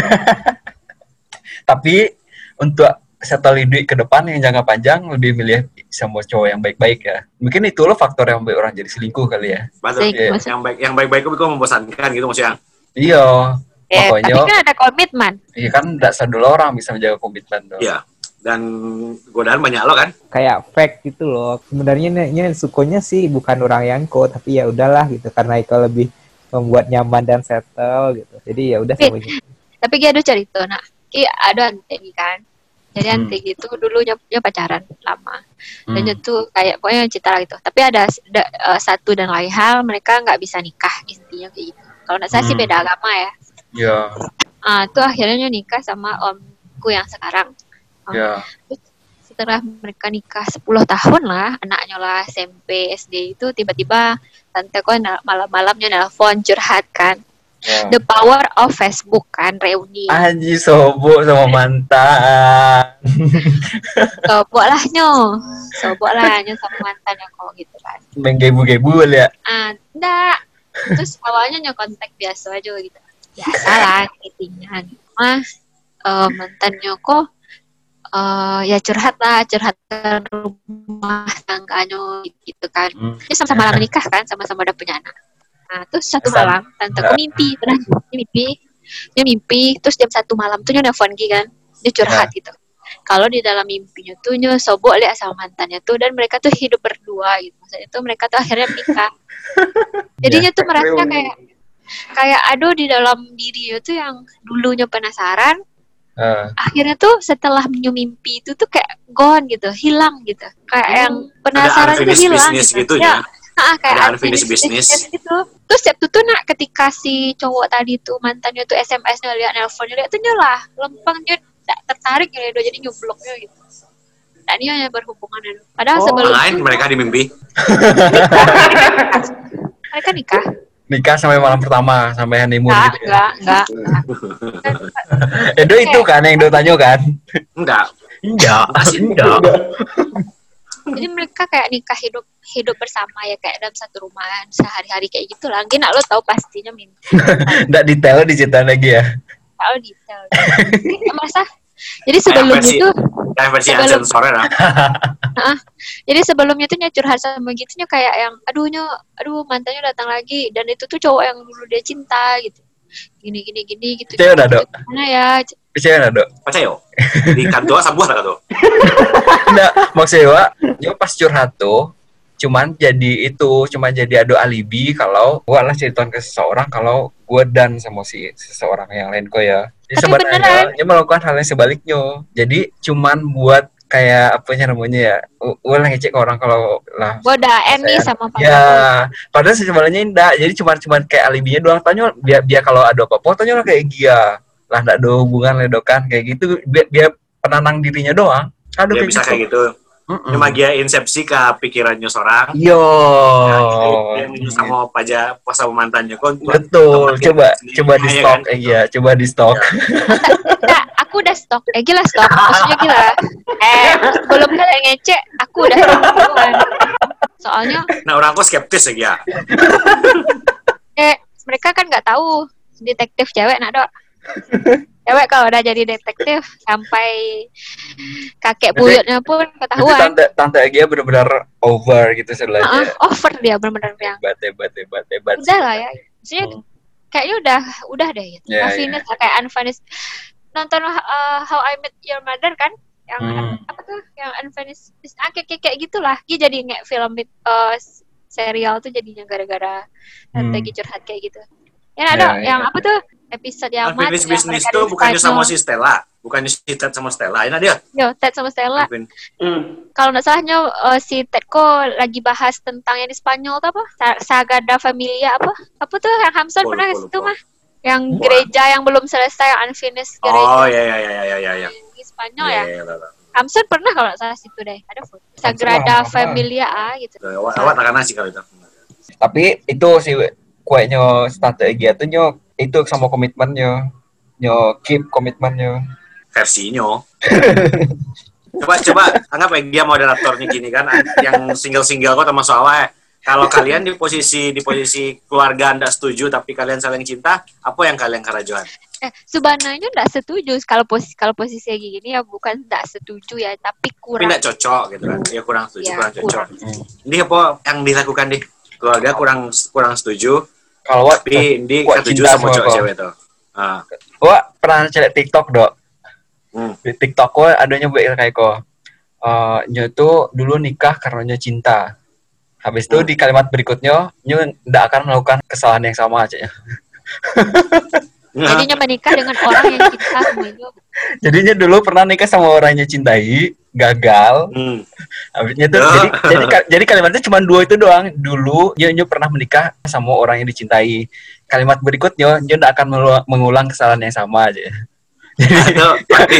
Tapi untuk settle duit ke depan yang jangka panjang lebih milih sama cowok yang baik-baik ya. Mungkin itu loh faktor yang membuat orang jadi selingkuh kali ya. Betul. Yang baik-baik itu membosankan gitu maksudnya. Iya. Makanya, tapi kan ada komitmen. Iya kan, tidak satu orang bisa menjaga komitmen dong. Iya. Dan godaan banyak lo kan? Kayak fake gitu loh. Sebenarnya sukonya sih bukan orang yang tapi ya udahlah gitu, karena itu lebih membuat nyaman dan settle gitu. Jadi ya udah semuanya. Tapi dia ada cerita, nah, ada anteng kan. Jadi anteng itu dulu dia pacaran lama. Dan itu kayak pokoknya cinta gitu. Tapi ada satu dan lain hal mereka nggak bisa nikah, intinya kayak gitu. Kalau nggak salah sih beda agama ya. Iya. Itu akhirnya nikah sama omku yang sekarang. Ya. Setelah mereka nikah 10 tahun lah, anaknya lah SMP, SD itu tiba-tiba tante kok malam-malamnya nelpon curhat kan. The power of Facebook kan, reuni. Anji sobok sama mantan. Sobok lah sama mantannya kok gitu kan. Menggebu-gebu ya. Enggak. Terus awalnya kontak biasa aja gitu. Biasa lah, chattingan. Mantannya kok ya curhat rumah tangganya gitu kan. Dia sama-sama menikah kan, sama-sama udah punya anak. Nah, terus satu malam tanteku mimpi, terus jam 1 malam tuh nelfon kan, dia curhat gitu. Kalau di dalam mimpinya tuh sobok lihat sama mantannya tuh, dan mereka tuh hidup berdua gitu. Maksudnya tuh mereka tuh akhirnya menikah. Jadinya tuh merasa kayak aduh, di dalam dirinya tuh yang dulunya penasaran, akhirnya tuh setelah mimpi itu tuh kayak gone gitu, hilang gitu. Kayak yang penasaran itu hilang gitu. Ya. Kayak unfinished business gitu. Terus waktu tuh ketika si cowok tadi tuh mantannya tuh SMS-nya lihat, nelfonnya lihat tuh nyolah lempeng, dia tertarik ya, jadi nyubloknya gitu. Dan dia hanya berhubungan dengan padahal sebelum lain mereka di mimpi. Mereka nikah sampai malam pertama, sampai honeymoon gitu ya. Enggak. Edo itu kan yang Edo tanya kan? Enggak. Jadi mereka kayak nikah hidup bersama ya, kayak dalam satu rumah sehari-hari kayak gitu lah. Mungkin lo tahu pastinya mimpi. Nggak detail diceritain lagi ya? Tahu detail. Masa? Jadi sebelum itu versi sensor lah. Jadi sebelumnya tuh curhat sama gitunya kayak yang aduh mantannya datang lagi, dan itu tuh cowok yang dulu dia cinta gitu. Gini gitu. Percaya udah, Dok? Mana ya? Percaya, Dok? Percaya. Di kantor sabuah lah tuh. Enggak, maksudnya yo pas curhat tuh cuman jadi ado alibi kalau gua lah ceritain ke seseorang kalau gua dan sama si seseorang yang lain kok ya. Jadi sebenarnya dia melakukan hal yang sebaliknya. Jadi cuman buat kayak apa namanya ya, gua lah ngecek ke orang kalau lah gua udah emi sama pacar. Ya, padahal sebenarnya enggak. Jadi cuman kayak alibinya doang, tanya biar kalau ada apa-apa tanya lah kayak dia. Lah enggak ada hubungan ledokan kayak gitu, biar penenang dirinya doang. Aduh, dia bisa kayak gitu. Cuma dia insepsi ke pikirannya seorang. Yo. Dia sama pajak pas sama mantannya kon. Betul. Coba di stok kan? Coba di stok. Nah, aku udah stok. Gila stok. Maksudnya gila. Sebelum kalian ngecek, aku udah stok. Soalnya orang aku skeptis ya. Mereka kan nggak tahu detektif cewek Dok. Cewek kalau udah jadi detektif sampai kakek buyutnya pun ketahuan. Tante Agia benar-benar over gitu sebenarnya. Over dia benar-benar yang. Hebat. Udah lah ya. Maksudnya kayaknya udah deh gitu. Unfinished kayak unfinished. Nonton How I Met Your Mother kan? Yang apa tuh? Yang unfinished. Kayak gitulah. Dia jadi nggak film serial tuh jadinya gara-gara Tante Agi curhat kayak gitu. Ya ada yang apa tuh? Episode yang Unfinished Business itu bukannya sama si Stella, bukannya si Ted sama Stella, ini dia. Yo, Ted sama Stella. Kalau nggak salahnya si Ted kok lagi bahas tentang yang di Spanyol tuh apa? Sagrada Familia apa? Apa tuh yang Hamson pernah ke situ mah? Yang gereja yang belum selesai, yang unfinished gereja. Oh ya. Di Spanyol ya. Hamson pernah kalau nggak salah situ deh, ada foto. Sagrada Familia gitu. Awak tak nasi kalau itu. Tapi itu si kuenya strategi itu itu sama komitmennya, keep komitmennya. Versinya. coba anggap dia moderatornya gini kan, yang single kok termasuk awal. Kalau kalian di posisi keluarga Anda setuju tapi kalian saling cinta, apa yang kalian kerajuan? Sebenarnya enggak setuju kalau posisi kayak gini ya, bukan enggak setuju ya, tapi kurang. Tapi enggak cocok gitu kan. Ya kurang setuju, kurang cocok. Ini apa yang dilakukan di keluarga kurang setuju. Kalau tapi ini setuju sama cewek itu. Wah, pernah cek TikTok, Dok. Di TikTok kok adanya kayak kok. Tuh dulu nikah karena cinta. Habis itu di kalimat berikutnya, nggak akan melakukan kesalahan yang sama aja ya. Jadinya menikah dengan orang yang cinta semuanya. Jadinya dulu pernah nikah sama orang yang cintai, gagal. Habisnya tuh jadi kalimatnya cuma 2 itu doang. Dulu Nyo pernah menikah sama orang yang dicintai. Kalimat berikutnya Nyo tidak akan mengulang kesalahan yang sama aja. Jadi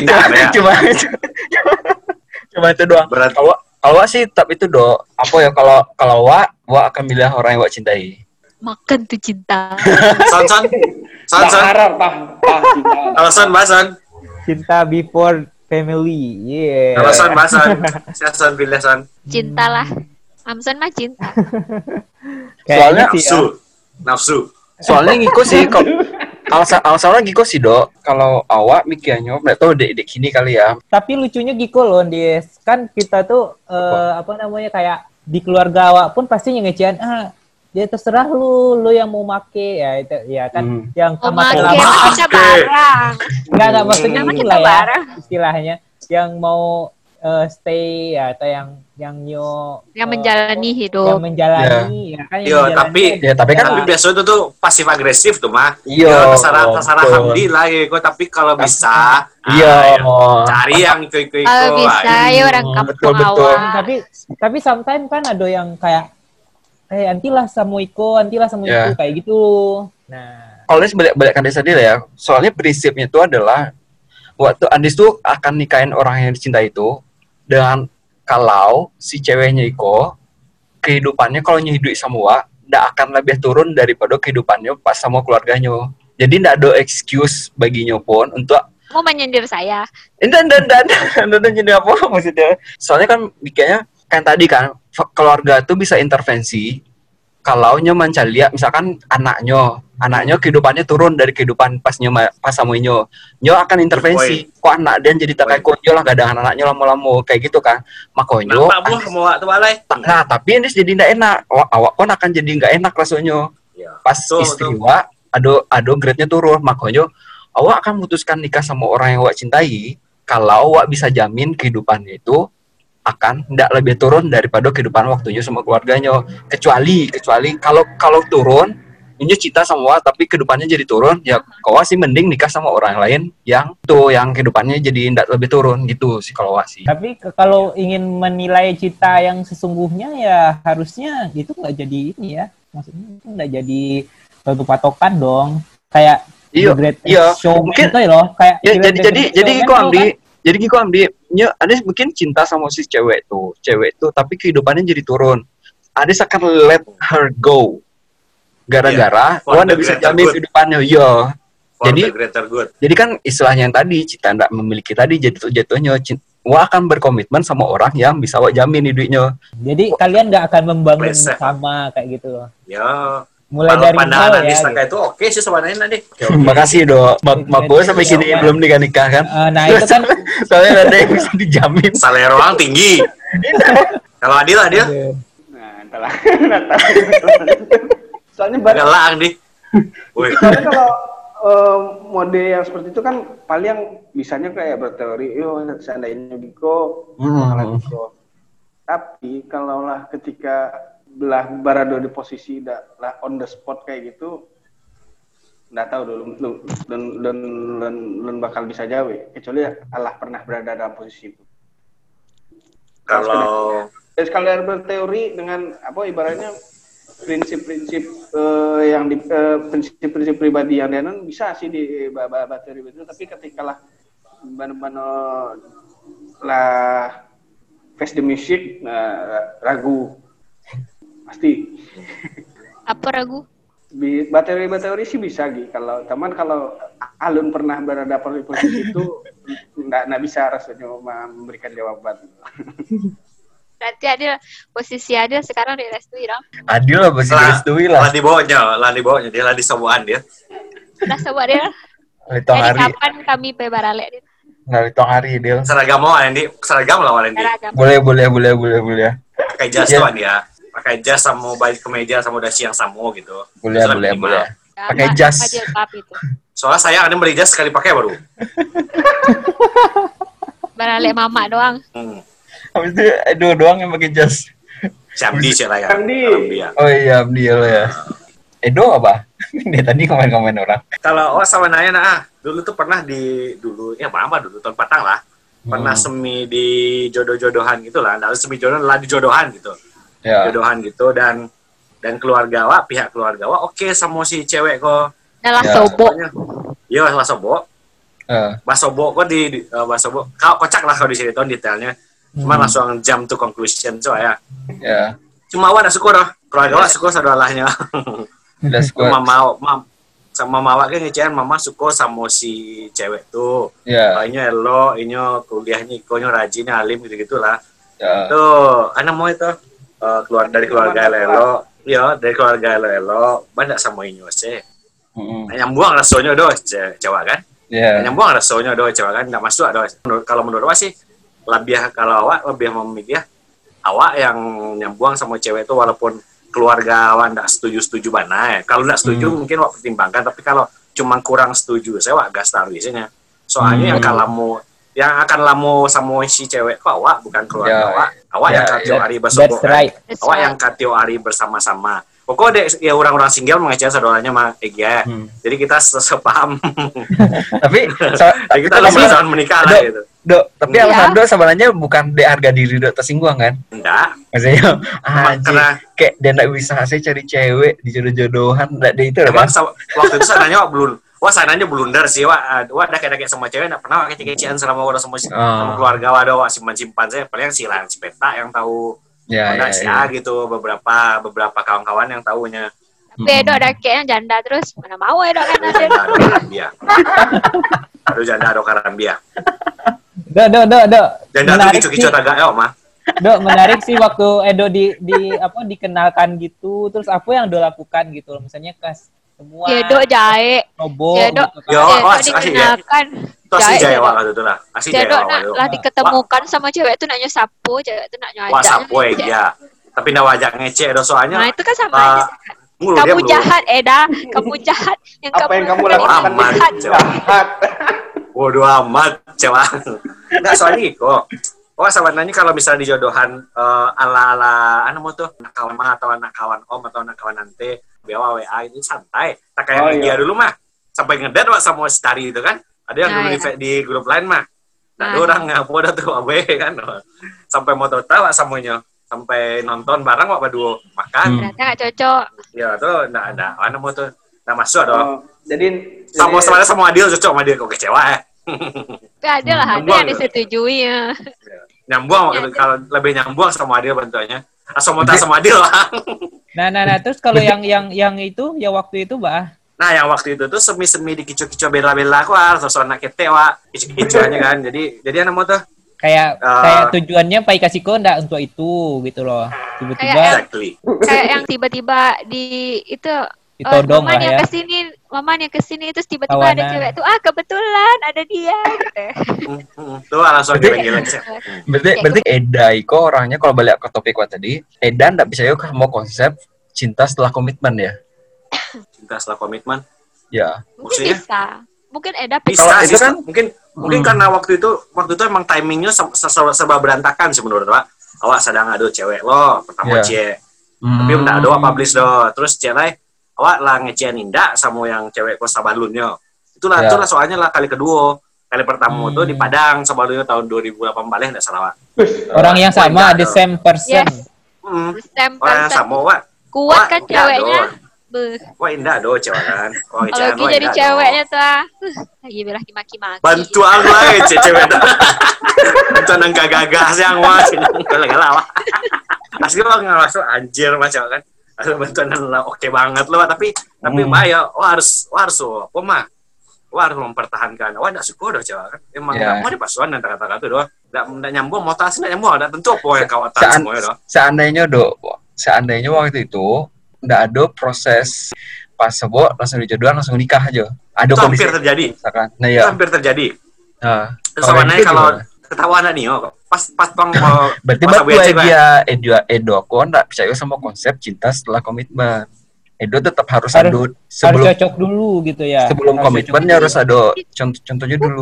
cuma itu doang. Kalau sih tetap itu dok. Apa ya kalau wa akan milih orang yang wa cintai. Makan tuh cinta. Son. Alasan bahasan. Cinta before family. Yeah. Alasan bahasan. Son pilih son. Cintalah. Amson mah cinta. Soalnya nafsu. Soalnya ngikut sih alasan lagi kok sih dok, kalau awak mikirnya nggak tahu dek kini kali ya. Tapi lucunya Giko loh, Des. Kan kita tuh apa namanya kayak di keluarga awak pun pasti ngecehan ya terserah lu yang mau make ya itu ya kan yang sama kita barang. Enggak maksudnya itulah ya istilahnya yang mau stay ya atau yang menjalani hidup. Yang menjalani ya kan yang tapi kan biasa itu tuh pasif agresif tuh mah. Iya. Terserah alhamdulillah gitu tapi kalau bisa cari yang ikut. Kalau bisa ya orang kampung awal. Tapi sometimes kan ada yang kayak antilah sama Iko kayak gitu. Nah, kalau balik-balikkan desa dia ya. Soalnya prinsipnya itu adalah waktu Andis tuh akan nikahin orang yang dicintai itu dengan kalau si ceweknya Iko kehidupannya kalau hidup sama nggak akan lebih turun daripada kehidupannya pas sama keluarganya. Jadi nggak ada excuse baginya pun untuk mau menyindir saya. Dan nyindir apa maksudnya? Soalnya kan mikirnya kan tadi kan keluarga tuh bisa intervensi kalau nyoman lihat misalkan anaknya kehidupannya turun dari kehidupan pas samuinyo akan intervensi kok anak dia jadi tak kayak konyo lah gak ada anaknya lama-lama kayak gitu kan makonyo nah tapi ini jadi nggak enak awak pun akan jadi nggak enak rasanya pas istri awak ada grade-nya turun makonyo awak akan memutuskan nikah sama orang yang awak cintai kalau awak bisa jamin kehidupannya itu akan tidak lebih turun daripada kehidupan waktunya sama keluarganya kecuali kalau turun ini cinta sama tapi kehidupannya jadi turun ya kau sih mending nikah sama orang lain yang kehidupannya jadi tidak lebih turun gitu sih kalau sih. Tapi kalau ingin menilai cinta yang sesungguhnya ya harusnya itu nggak jadi ini ya maksudnya itu nggak jadi suatu patokan dong kayak mungkin gitu loh kayak jadi kok ambil ada mungkin cinta sama si cewek tuh tapi kehidupannya jadi turun ada akan let her go gara-gara gua nggak bisa jamin kehidupannya jadi kan istilahnya yang tadi cinta nggak memiliki tadi jatuhnya gua akan berkomitmen sama orang yang bisa gua jamin hidupnya jadi kalian nggak akan membangun bersama kayak gitu ya mulai dari pandangan ya, itu oke sih sebenarnya nanti. Makasih dok. Mak gue sampai kini belum nikah kan. Nah itu kan soalnya ada yang bisa dijamin. Selera orang tinggi. Kalau Adil. Nah, entahlah. Soalnya banyak lah di. Soalnya kalau mode yang seperti itu kan paling bisanya kayak berteori, seandainya Biko, Biko. Tapi kalaulah ketika belah Barado di posisi lah on the spot kayak gitu nggak tahu dulu dan bakal bisa jawab kecuali Allah pernah berada dalam posisi itu kalau sekalian berteori dengan apa ibaratnya prinsip-prinsip yang di prinsip-prinsip pribadi yang dia bisa sih di teori itu tapi ketika lah benar-benar lah face the music ragu pasti. Apa ragu? Baterai sih bisa gitu. Kalau Alun pernah berada di posisi itu, nggak bisa rasanya memberikan jawaban. Berarti posisi Adil sekarang direstui dong? Adil lah posisi direstui lah. Lah di bawahnya dia lah di sobokan dia. Lah sobo dia. Jadi kapan kami pebarale dia? Nggak hitung hari dia. Seragam lah Walendi. Boleh. Pakai jas tuh dia. Pakai jas sama baju kemeja sama dasi yang sama gitu. Boleh. Pakai jas. Soalnya saya ada beli jas sekali pakai baru. Barale mama doang. Habis itu Edo doang yang pakai jas. Samdi sih lah ya. Oh iya, Samdi ya. Edo apa? Dia tadi komen-komen orang. Kalau sama nanya dulu tuh pernah dulu tahun patang lah. Pernah semi di jodoh-jodohan gitu lah. Nah, semi jodohan lah di jodohan gitu. Jodohan gitu dan keluarga pihak keluarga oke sama si cewek kok lah sobo lah sobo basobo kok di basobo kocak lah kalau di sini tuh detailnya cuma langsung jump to conclusion ya cuma ada syukur keluarga syukur saudaranya sama mama kan ngecehan mama syukur sama si cewek tuh kayaknya ini kuliahnya ikonya rajin alim gitu-gitulah tuh anak mau itu dari keluarga Lelo, dari keluarga Lelo, banyak sama Inyose. Nyambung rasanya doh cewek kan. Nyambung rasanya doh cewek kan nggak masuk doh. Kalau menurut awak sih kalau awak lebih memilih awak yang nyambung sama cewek itu walaupun keluarga awak nggak setuju mana ya. Kalau nggak setuju mungkin awak pertimbangkan, tapi kalau cuma kurang setuju saya awak gas taruh isinya. Soalnya yang akan lamu sama si cewek kok awak bukan keluarga awak yang katio hari bersama awak yang katio hari bersama-sama. Pokoknya ya orang-orang single mengecek saudaranya mah Ega. Jadi kita sepaham. Tapi kita sama menikah lah gitu. Tapi alasan sebenarnya bukan de harga diri tersinggung kan? Enggak. Maksudnya karena kayak dia enggak bisa saya cari cewek di jodoh-jodohan enggak ada itu kan. Waktu itu sananya sananya blunder sih, ada kayak sama cewek enggak pernah kece-kecean selama udah sama keluarga ada simpan-simpan saya paling si Peta yang tahu. Gitu beberapa kawan-kawan yang tahunya. Tapi Edo ada kayaknya janda terus mana mau Edo kan ada. Aduh janda ada karambia. Janda tuh kicu-kicu agak mah. Menarik sih waktu Edo dikenalkan gitu, terus apa yang Edo lakukan gitu loh, misalnya kas semua Edo jahe Edo dikenalkan Jahe waktu itu lah. Edo lah diketemukan sama cewek itu nanya sapu, cewek itu nanya wah sapu ya. Tapi ndak wajak ngece Edo soalnya. Nah itu kan sama aja. Kamu jahat Eda, kamu jahat. Apa yang kamu lakukan jahat. Bodoh amat cewek. Enggak soalnya kok. Sebenarnya kalau misalnya dijodohan ala-ala tuh anak kawan mah atau anak kawan om atau anak kawan nanti bawa WA itu santai. Tak kayak media dulu mah sampai ngedet sama Stari itu kan. Ada yang dulu di grup lain mah. Nah, orang ngapo tuh awe kan. Sampai mau tahu semuanya. Sampai nonton bareng berdua makan. Ternyata nggak cocok. Ya tuh enggak ada. Tuh enggak masuk dong. Jadi sama Adil cocok sama dia kok kecewa ya. Tapi ada lah, ada yang disetujui ya. Nyambung kalau lebih nyambung sama Adil bentuknya. Sama Adil lah. Nah, terus kalau yang itu ya waktu itu, Mbak. Nah, yang waktu itu tuh semi-semi dikicu-kicu bela-bela aku terus anak kete kicu-kicu aja kan. Jadi anak mau tuh kayak tujuannya Pak Kasiko enggak untuk itu gitu loh. Tiba-tiba kayak yang tiba-tiba di itu ditodong lah ya. Maman yang kesini terus tiba-tiba ada cewek tuh kebetulan ada dia gitu. Tuh langsung geleng-geleng. Berarti Eda Iko orangnya kalau balik ke topik tadi, Eda enggak bisa yuk mau konsep cinta setelah komitmen ya. Cinta setelah komitmen? Ya. Mungkin bisa. Mungkin Eda bisa sih kan? Mungkin karena waktu itu emang timingnya serba berantakan sih menurut Pak. Awak sedang adu cewek lo, pertama cewek. Tapi enggak ada publish do. Terus cewek awak lah ngecian indah sama yang cewek kos sabalunnya. Itulah soalnya lah kali kedua. Kali pertama tuh di Padang sabalunnya tahun 2018 enggak salah, Pak. Orang yang sama, the same person. Yes. Orang yang sama, Pak. Kuat kan ceweknya. Wah indah doh cewek kan. Kalau lagi jadi ceweknya tuh lagi maki-maki. Bantu aku aja cewek tuh. Bantu nang gagah yang galau. Asli lo nggak masuk anjir macam kan. Asli bantuan lah oke banget loh tapi bahaya. Harus apa mah? Harus mempertahankan. Nggak suka doh cewek kan. Emang nggak mau dipasuan dan kata-kata tuh doh. Nggak nyambung mau tas nggak nyambung. Nggak tentu apa yang kau tahu semuanya doh. Seandainya waktu itu nggak ada proses pas sebut langsung dijodohan langsung nikah aja. Ada itu hampir terjadi. Misalkan. Nah, ya. Hampir terjadi. Nah, sama kalau ketahuan Nio pas bang mau berarti buat dia Edo aku nggak percaya sama konsep cinta setelah komitmen. Edo tetap harus sebelum cocok dulu gitu ya. Sebelum komitmennya harus ada contohnya dulu.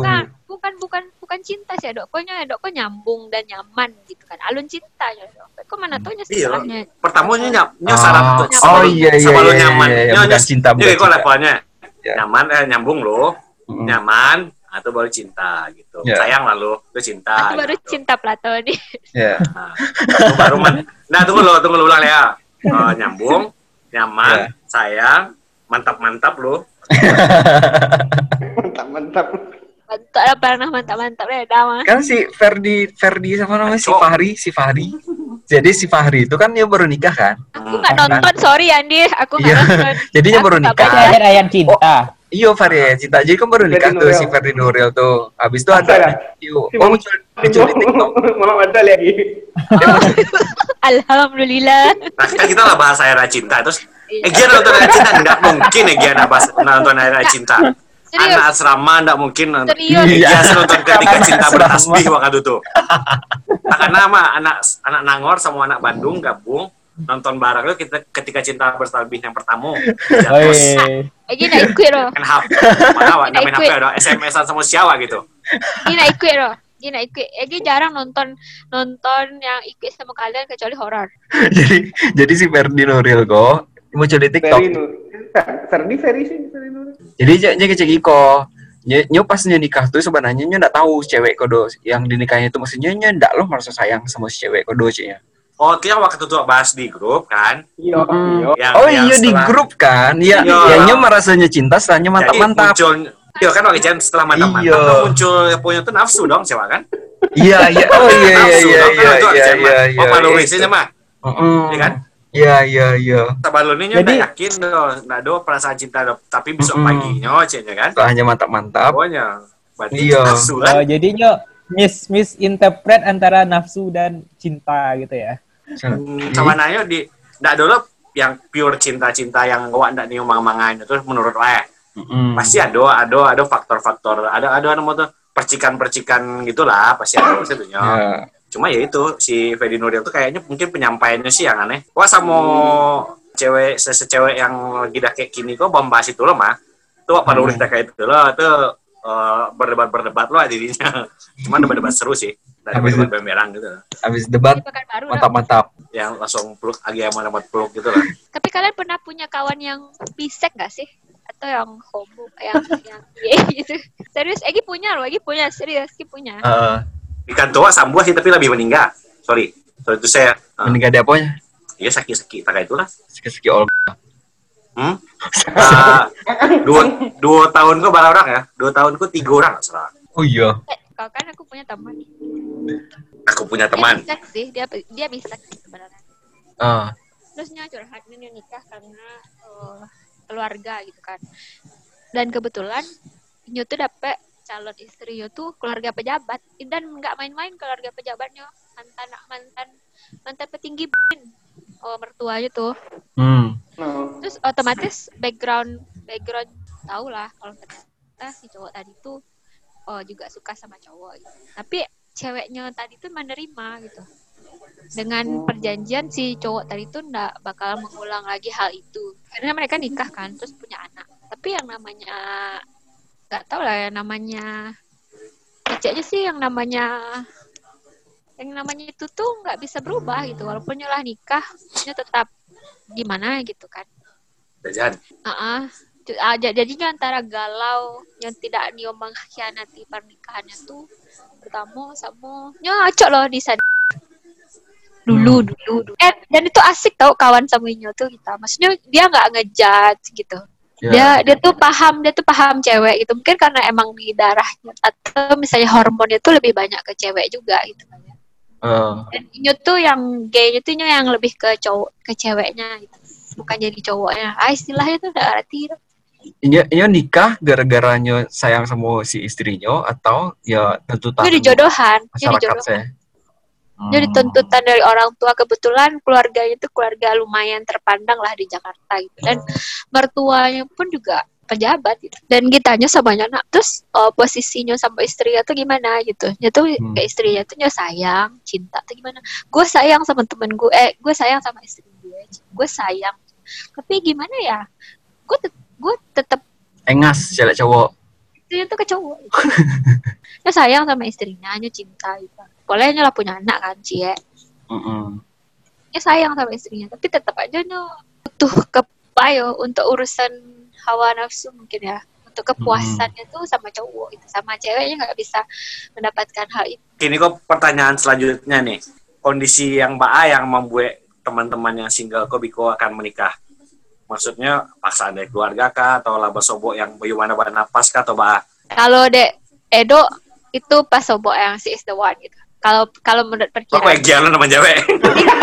Bukan cinta sih Dok. Pokoknya Dok kok nyambung dan nyaman gitu kan. Alun cinta ya Dok. Kok mana taunya setelahnya. Pertamanya syarat sebelum nyaman. Bukan cinta bukan. Jadi kok levelnya nyaman nyambung loh. Nyaman atau baru cinta gitu. Sayang lalu itu cinta. Itu baru cinta platonik. Iya. Nah, tunggu ulang ya. Nyambung, nyaman, sayang, mantap loh. Mantap. Mantap pernah mantap ya Dama. Kan si Ferdi sama namanya si Fahri. Jadi si Fahri itu kan dia baru nikah kan? Aku nggak nonton, sorry Andi, aku nggak nonton. Jadi dia baru nikah. Ayam cinta. Iya Fahri ya cinta. Jadi kan baru nikah tuh si Ferdi Nuril tuh. Habis itu ada muncul di TikTok. Mau ada lagi. Alhamdulillah. Nah kan kita lah bahas air cinta terus Gian nonton Ayah Cinta enggak mungkin Gian nonton Ayah Cinta. Anak asrama enggak mungkin nonton. Iya, nonton Ketika Cinta Bertasbih waktu itu. Karena mah anak Nangor sama anak Bandung gabung nonton bareng kita Ketika Cinta Bertasbih yang pertama. Terus Gina ikut loh. Kan HP. Mana main HP ada SMS-an sama siapa gitu. Gina ikut loh. Gina ikut. Jarang nonton yang ikut sama kalian kecuali horor. jadi si Ferdi Nuril kok muncul di TikTok. Ferdi sih. Jadi dia kecek Iko. Nyo pas nikah tuh sebenarnya nyo nggak tahu cewek kodo yang dinikahnya itu maksudnya nyo nggak loh merasa sayang sama si cewek kodo ceknya. Oh, itu yang waktu itu bahas di grup kan? Iya. Di grup kan? Iya. Yang nyo merasanya cinta setelahnya mantap-mantap. Iya kan waktu itu setelah mantap-mantap muncul punya tuh nafsu dong siapa kan? Iya. Oh iya. Oh Palurisnya mah. Iya kan? Iya. Tabaloninya udah yakin dong, nggak ada perasaan cinta dong. Tapi besok paginya ceknya kan? Setelahnya mantap-mantap. Pokoknya. Berarti nafsu kan? Jadinya misinterpret antara nafsu dan cinta gitu ya. Sama nanya nggak dulu yang pure cinta-cinta yang gua nggak nih mang-mangan itu menurut saya pasti ada faktor-faktor ada tuh percikan-percikan gitulah pasti ada maksudnya. Cuma ya itu si Ferdi Nuril tuh kayaknya mungkin penyampaiannya sih yang aneh. Wah sama cewek yang lagi kayak gini kok membahas itu loh mah. Tuh apa nulis kayak itu loh tuh berdebat loh dirinya. Cuma debat seru sih. Dari debat bemerang gitu. Abis debat mantap-mantap. Yang langsung peluk agak mau peluk gitu lah. Tapi kalian pernah punya kawan yang bisek gak sih? Atau yang homo yang gitu. Serius, Egi punya serius, Egi punya. Ikan tua sambuah sih tapi lebih meninggal. Sorry itu saya. Meninggal di apanya? Iya sakit tak itulah. Sakit Olga. 2 tahun kok berapa orang ya? 2 tahun kok 3 orang salah. Oh iya. Kalau kan aku punya teman. Aku punya teman. Dia bisa sih, dia bisa sih sebenarnya. Terusnya curhatnya dia nikah karena keluarga gitu kan. Dan kebetulan Nyo tuh dapet calon istri Nyo tuh keluarga pejabat dan nggak main-main keluarga pejabatnya mantan petinggi mertuanya tuh. Terus otomatis background tahu lah kalau ternyata si cowok tadi tuh juga suka sama cowok gitu. Tapi ceweknya tadi tuh menerima gitu. Dengan perjanjian si cowok tadi tuh nggak bakal mengulang lagi hal itu. Karena mereka nikah kan, terus punya anak. Tapi yang namanya nggak tahu lah, yang namanya keceknya sih yang namanya itu tuh nggak bisa berubah gitu. Walaupun nyolah nikah, dia tetap gimana gitu kan. Jajan. Jadinya antara galau yang tidak Nio mengkhianati pernikahannya tuh pertama sama nyocok loh di sana dulu. Dan itu asik tau kawan sama Nio tuh kita. Maksudnya dia nggak ngejudge gitu. Dia tuh paham cewek gitu. Mungkin karena emang di darahnya atau misalnya hormonnya tuh lebih banyak ke cewek juga gitu kan ya. Dan Nio tuh yang gaynya tuh Nio yang lebih ke ceweknya gitu. Bukan jadi cowoknya. Istilahnya tuh udah arti gitu. Nyo nikah gara-gara Nyo sayang sama si istrinya atau ya tuntutan jadi jodohan. Jadi tuntutan dari orang tua. Kebetulan keluarganya itu keluarga lumayan terpandang lah di Jakarta gitu. Dan mertuanya pun juga pejabat gitu. Dan gitanya sama anak. Terus posisinya sama istrinya tuh gimana gitu. Dia tuh ke istrinya tuh Nyo sayang, cinta tuh gimana. Gue sayang sama temen gue. Gue sayang sama istri gue. Gue sayang. Tapi gimana ya? Gue tetap engas cewek cowok. Itu tuh ke cowok. Dia sayang sama istrinya, Nyo cinta gitu. Boleh Nyo lah punya anak kan, Cie. Dia sayang sama istrinya, tapi tetap aja Nyo butuh kepayo untuk urusan hawa nafsu mungkin ya. Untuk kepuasannya tuh sama cowok itu, sama ceweknya nggak bisa mendapatkan hal itu. Ini kok pertanyaan selanjutnya nih. Kondisi yang Mbak A yang membuat teman-teman yang single kok Biko akan menikah. Maksudnya paksaan dari keluarga kah atau laba sobok yang bagaimana napas kah atau bah? Kalau Dek Edo itu pas sobok yang she is the one gitu. Kalau menurut perkiraan. Kok kayak gialan sama cewek?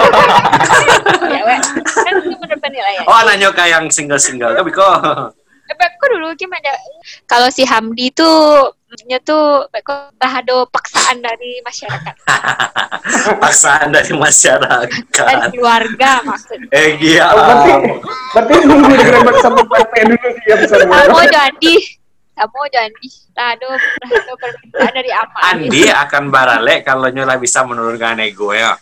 Cewek. Kan itu menurut penilaian. Oh, nanya kayak yang single kan Biko. Tapi aku dulu gimana? Kalau si Hamdi tuh ada paksaan dari masyarakat. Paksaan dari masyarakat. Dari keluarga maksudnya. Iya. Berarti nunggu digerebek sama partai dulu sih ya bisa. Kamu jadi. Ada permintaan dari apa? Andi akan barale kalau nyola bisa menurunkan ego ya.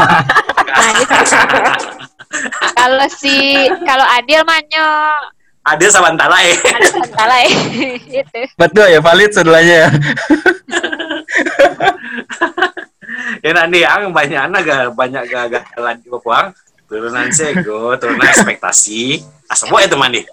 Kalau Adil manyo. Adil sabantala Gitu. Betul ya, valid sedelahnya ya. Ya nanti yang banyak gagalan di Papua. Turunan sego, turunan ekspektasi. Asal itu mandi.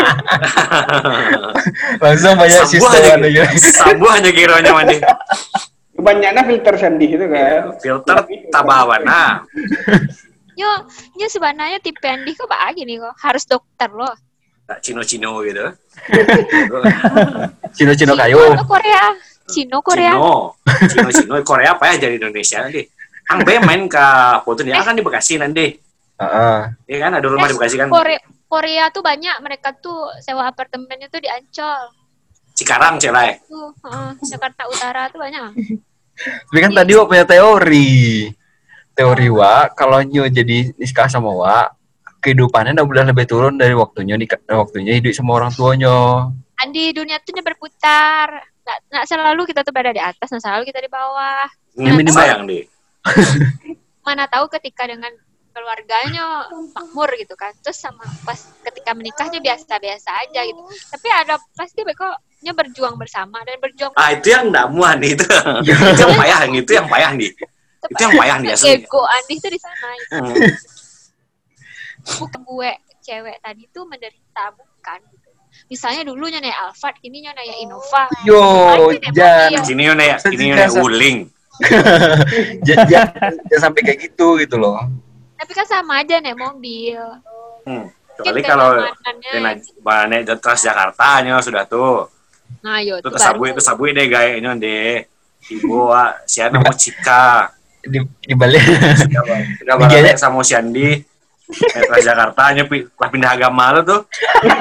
Langsung banyak sistem aja. Sambu hanya kironya mandi. Kebanyakan filter Sandy itu kan. Filter tabawana. Nyo sebenarnya tipe Andi kok gini kok harus dokter loh. Cino gitu. Cino kayu. Cino Korea apa ya jadi Indonesia nanti. Ang be main ke foto dia kan di Bekasi nanti. Iya kan ada rumah di Bekasi kan. Korea tuh banyak, mereka tuh sewa apartemennya tuh di Ancol. Cikarang celai. Jakarta Utara tuh banyak. Tapi kan tadi Wak punya teori kalau Nyo jadi nikah sama Wak, kehidupannya udah boleh lebih turun dari waktunya hidup sama orang tuanya. Andi, dunia tuh berputar. Nggak selalu kita tuh berada di atas, nggak selalu kita di bawah. Sayang deh. Mana tahu ketika dengan keluarganya makmur gitu kan, terus sama pas ketika menikahnya biasa-biasa aja gitu. Tapi ada pasti bekoknya berjuang bersama dan berjuang. Itu yang nggak muan itu. Itu yang payah nih. Itu yang payah nih asli. Ego Andi tuh di sana. Bukan gue cewek tadi tuh menderita bukan gitu. Misalnya dulunya naik Alphard, kini naik Innova. Kini naik Wuling. Jangan sampai kayak gitu loh. Tapi kan sama aja naik mobil. Kecuali kalau naik Transjakarta sudah tuh. Nah, yo itu sabui deh gayanya deh. Ibu siapa mau Cika. Di balik. Udah bareng sama si Andi. Transjakarta pindah agama lo tuh.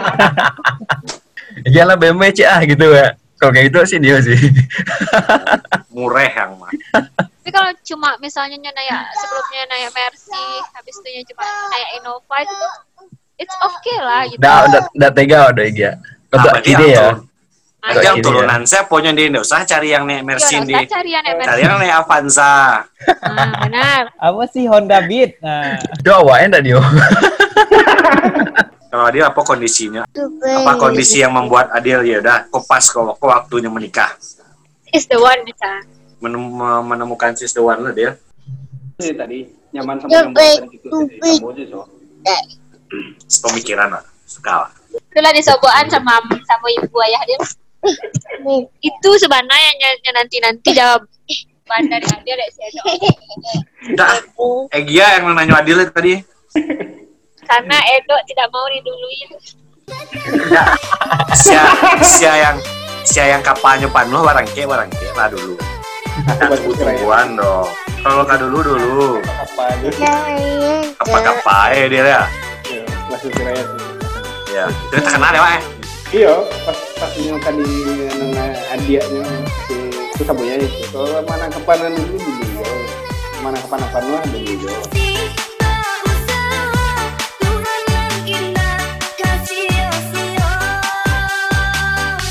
Iyalah BMW gitu ya. Kalau kayak gitu sih dia sih. Murah yang mah. Tapi kalau cuma misalnya sebelumnya naik Mercy, habis itu cuma naik Innova itu it's okay lah gitu. Udah tega udah ya. Untuk ide ya. Yang turunan saya punya di nggak usah cari yang naik Mercy di. Cari yang naik Avanza. Benar. Apa sih Honda Beat? Itu awalnya dia. Kalau Adil apa kondisinya? Apa kondisi yang membuat Adil ya udah kopas ke waktunya menikah? Is the one bisa. Menemukan sis the one lah dia. Tadi nyaman sama yang gitu. Pemikiran lah, suka lah. Itulah disobokan sama ibu ayah dia. Itu sebenarnya yang nanti jawab dari Adil deh si Edo. Udah, Egia yang nanya Adil tadi. Karena Edo tidak mau diduluin. Enggak. Sia yang kapalnya panuh barangke lah dulu. Kan tungguan dong. Kalau ka dulu. Apa dia ya? Iya, langsung kiranya sih. Ya, itu terkenal ya, Pak. Iya, pas yang tadi adiaknya si itu sabunya itu. Kalau mana kapanan dulu. Mana kapan dulu.